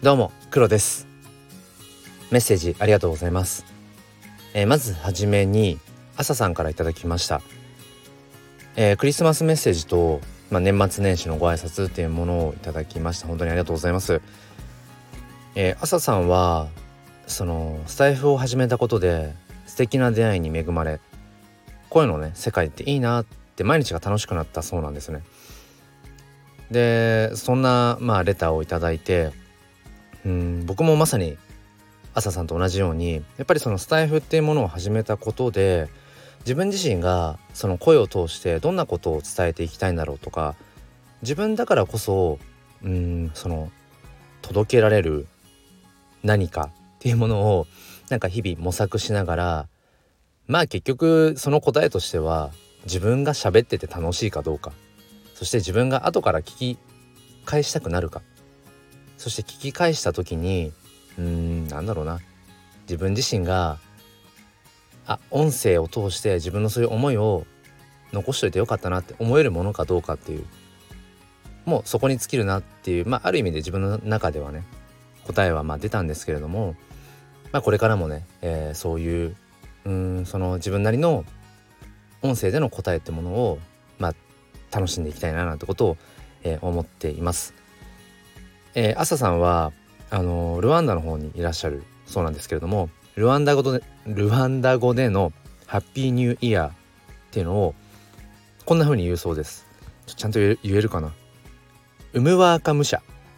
どうも黒です。メッセージありがとうございます。まずはじめに朝さんからいただきました。クリスマスメッセージと、年末年始のご挨拶っていうものをいただきました。本当にありがとうございます。朝さんはそのスタイフを始めたことで素敵な出会いに恵まれ、声のね世界っていいなって毎日が楽しくなったそうなんですね。でそんなレターをいただいて、僕もまさに朝さんと同じようにやっぱりそのスタイフっていうものを始めたことで、自分自身がその声を通してどんなことを伝えていきたいんだろうとか、自分だからこそその届けられる何かっていうものを日々模索しながら、結局その答えとしては自分が喋ってて楽しいかどうか、そして自分が後から聞き返したくなるか、そして聞き返した時に自分自身が音声を通して自分のそういう思いを残しといてよかったなって思えるものかどうかっていう、もうそこに尽きるなっていう、ある意味で自分の中ではね答えは出たんですけれども、これからもね、そういうその自分なりの音声での答えってものを楽しんでいきたいななんてことを、思っています。朝さんはルワンダの方にいらっしゃるそうなんですけれども、ルワンダ語でのハッピーニューイヤーっていうのをこんな風に言うそうです。ちゃんと言えるかな。ウムワーカムシ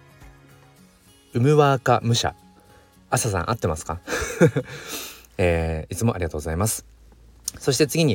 ャ。朝さん合ってますか？いつもありがとうございます。そして次に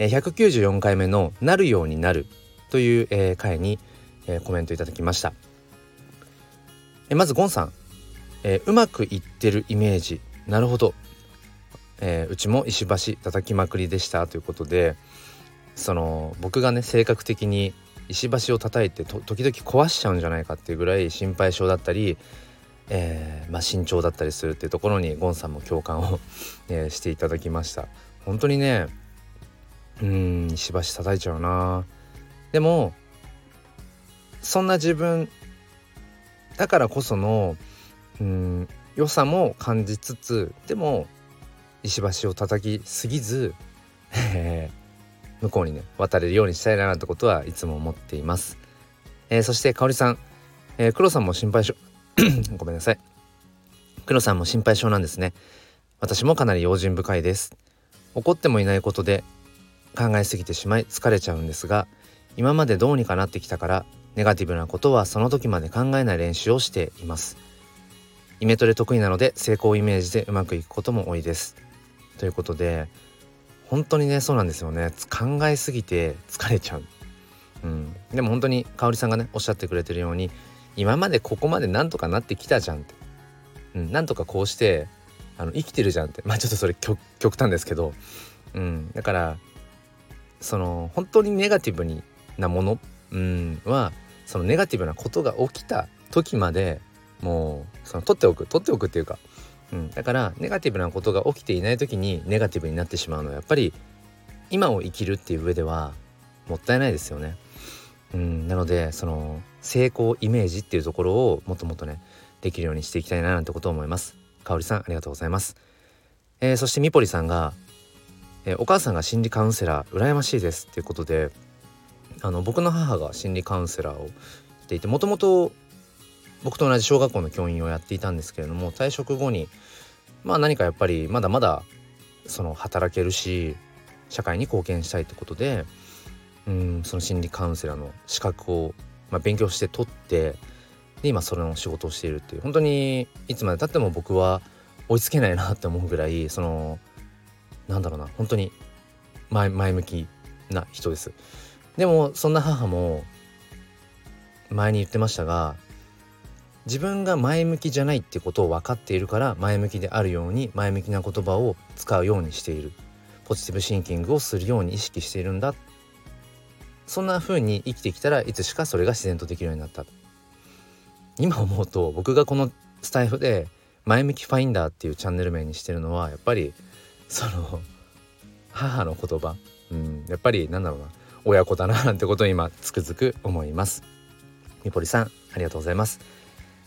194回目のなるようになるという、回に、コメントいただきました。まずゴンさん、うまくいってるイメージ、なるほど、うちも石橋叩きまくりでしたということで、その僕がね性格的に石橋を叩いて時々壊しちゃうんじゃないかっていうぐらい心配性だったり、慎重だったりするっていうところにゴンさんも共感を、していただきました。本当にね石橋叩いちゃうな。でもそんな自分だからこその良さも感じつつ、でも石橋を叩きすぎず向こうにね渡れるようにしたいなってことはいつも思っています。そして香織さん、黒さんも心配性ごめんなさい。黒さんも心配性なんですね。私もかなり用心深いです。怒ってもいないことで考えすぎてしまい疲れちゃうんですが、今までどうにかなってきたからネガティブなことはその時まで考えない練習をしています。イメトレ得意なので成功イメージでうまくいくことも多いです、ということで、本当にねそうなんですよね。考えすぎて疲れちゃう。でも本当に香織さんがねおっしゃってくれてるように、今までここまでなんとかなってきたじゃんって、なんとかこうして生きてるじゃんって、ちょっとそれ極端ですけど、だからその本当にネガティブなもの、はそのネガティブなことが起きた時までもうその取っておくっていうか、だからネガティブなことが起きていない時にネガティブになってしまうのはやっぱり今を生きるっていう上ではもったいないですよね。なのでその成功イメージっていうところをもっともっとねできるようにしていきたいななんてことを思います。香織さんありがとうございます。そしてみぽりさんが、お母さんが心理カウンセラー羨ましいですっていうことで、僕の母が心理カウンセラーをしていて、もともと僕と同じ小学校の教員をやっていたんですけれども、退職後に何かやっぱりまだまだその働けるし社会に貢献したいってことでその心理カウンセラーの資格を、勉強して取って、で今それの仕事をしているっていう、本当にいつまで経っても僕は追いつけないなって思うぐらい、その本当に前向きな人です。でもそんな母も前に言ってましたが、自分が前向きじゃないってことを分かっているから前向きであるように前向きな言葉を使うようにしている、ポジティブシンキングをするように意識しているんだ。そんな風に生きてきたらいつしかそれが自然とできるようになった。今思うと僕がこのスタイフで前向きファインダーっていうチャンネル名にしてるのはやっぱりその母の言葉、やっぱり親子だななんてことを今つくづく思います。みぽりさんありがとうございます。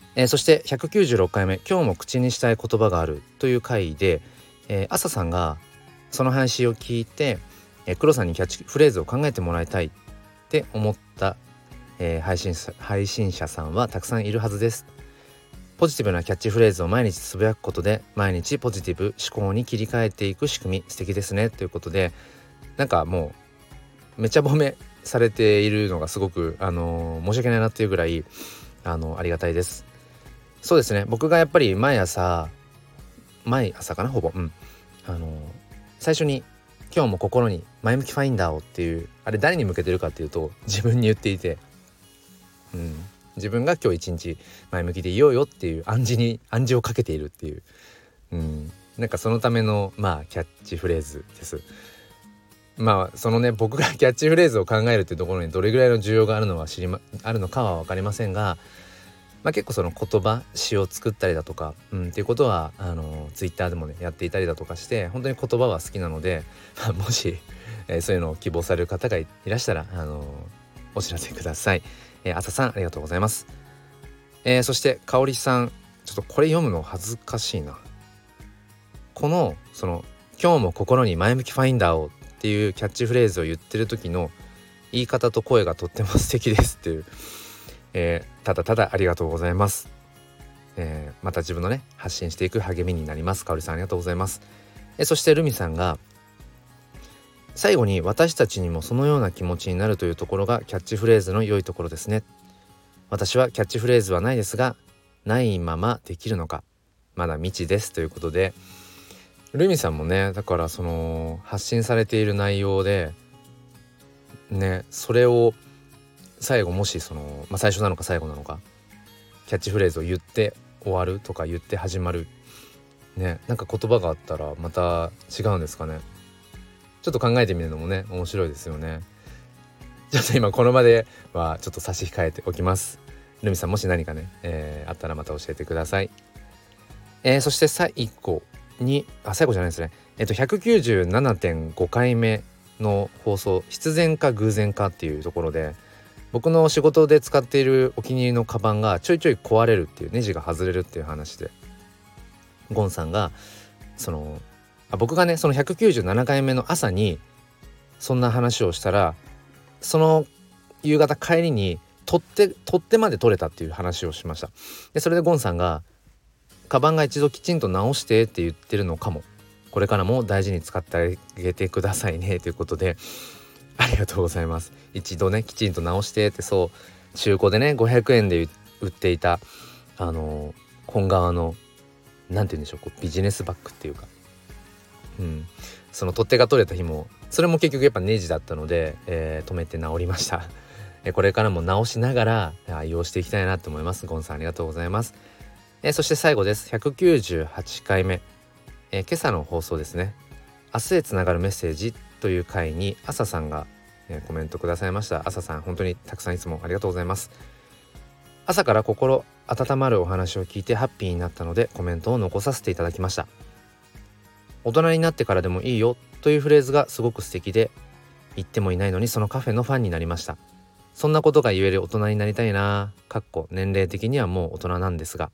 そして196回目今日も口にしたい言葉があるという回で、朝さんがその配信を聞いて、黒さんにキャッチフレーズを考えてもらいたいって思った、配信者さんはたくさんいるはずです。ポジティブなキャッチフレーズを毎日つぶやくことで毎日ポジティブ思考に切り替えていく仕組み素敵ですねということで、なんかもうめちゃ褒めされているのがすごく、申し訳ないなっていうぐらいありがたいです。そうですね、僕がやっぱり毎朝かなほぼ、最初に今日も心に前向きファインダーをっていうあれ誰に向けてるかっていうと自分に言っていて、自分が今日一日前向きでいようよっていう暗示をかけているっていう、なんかそのためのキャッチフレーズです。そのね僕がキャッチフレーズを考えるっていうところにどれぐらいの需要があるのかは分かりませんが、結構その言葉詩を作ったりだとか、っていうことはツイッターでもねやっていたりだとかして本当に言葉は好きなので、もし、そういうのを希望される方がいらしたらお知らせください。朝さんありがとうございます。そして香織さん、ちょっとこれ読むの恥ずかしいな。この今日も心に前向きファインダーをっていうキャッチフレーズを言ってる時の言い方と声がとっても素敵ですっていう、ただありがとうございます。また自分のね発信していく励みになります。香織さんありがとうございます。そしてルミさんが最後に私たちにもそのような気持ちになるというところがキャッチフレーズの良いところですね。私はキャッチフレーズはないですがないままできるのかまだ未知ですということで、ルミさんもねだからその発信されている内容でねそれを最後もし最初なのか最後なのかキャッチフレーズを言って終わるとか言って始まるね、なんか言葉があったらまた違うんですかね。ちょっと考えてみるのもね面白いですよね。ちょっと今この場ではちょっと差し控えておきます。ルミさんもし何かね、あったらまた教えてください。そして最後じゃないですね、197.5 回目の放送必然か偶然かっていうところで、僕の仕事で使っているお気に入りのカバンがちょいちょい壊れるっていうネジが外れるっていう話で、ゴンさんが僕がねその197回目の朝にそんな話をしたら、その夕方帰りに取ってまで取れたっていう話をしました。でそれでゴンさんがカバンが一度きちんと直してって言ってるのかも、これからも大事に使ってあげてくださいねということでありがとうございます。一度ねきちんと直してって、そう中古でね500円で売っていた本革のなんて言うんでしょう、ビジネスバッグっていうか、その取っ手が取れた日もそれも結局やっぱネジだったので、止めて直りました。これからも直しながら愛用していきたいなと思います。ゴンさんありがとうございます。そして最後です。198回目、今朝の放送ですね。明日へつながるメッセージという回に朝さんが、コメントくださいました。朝さん本当にたくさんいつもありがとうございます。朝から心温まるお話を聞いてハッピーになったのでコメントを残させていただきました。大人になってからでもいいよというフレーズがすごく素敵で、行ってもいないのにそのカフェのファンになりました。そんなことが言える大人になりたいな、年齢的にはもう大人なんですが。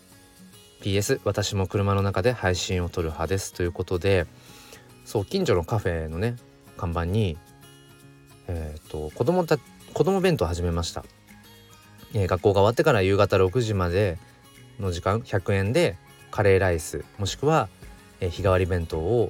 PS 私も車の中で配信を撮る派ですということで、近所のカフェのね看板に子供弁当を始めました。学校が終わってから夕方6時までの時間100円でカレーライスもしくは、日替わり弁当を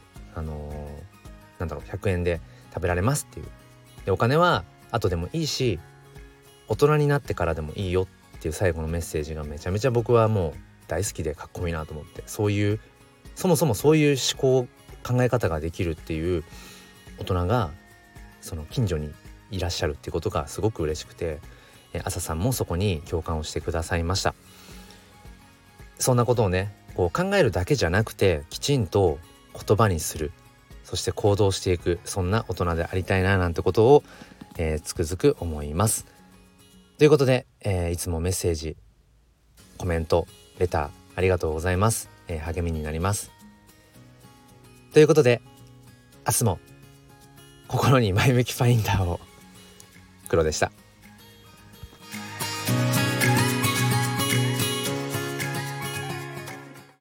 100円で食べられますっていう。でお金は後でもいいし大人になってからでもいいよっていう最後のメッセージがめちゃめちゃ僕はもう大好きでかっこいいなと思って、そもそもそういう考え方ができるっていう大人がその近所にいらっしゃるっていうことがすごく嬉しくて、朝さんもそこに共感をしてくださいました。そんなことをね考えるだけじゃなくてきちんと言葉にする、そして行動していく、そんな大人でありたいななんてことを、つくづく思います。ということで、いつもメッセージコメントレターありがとうございます。励みになります。ということで明日も心に前向きファインダーを。黒でした。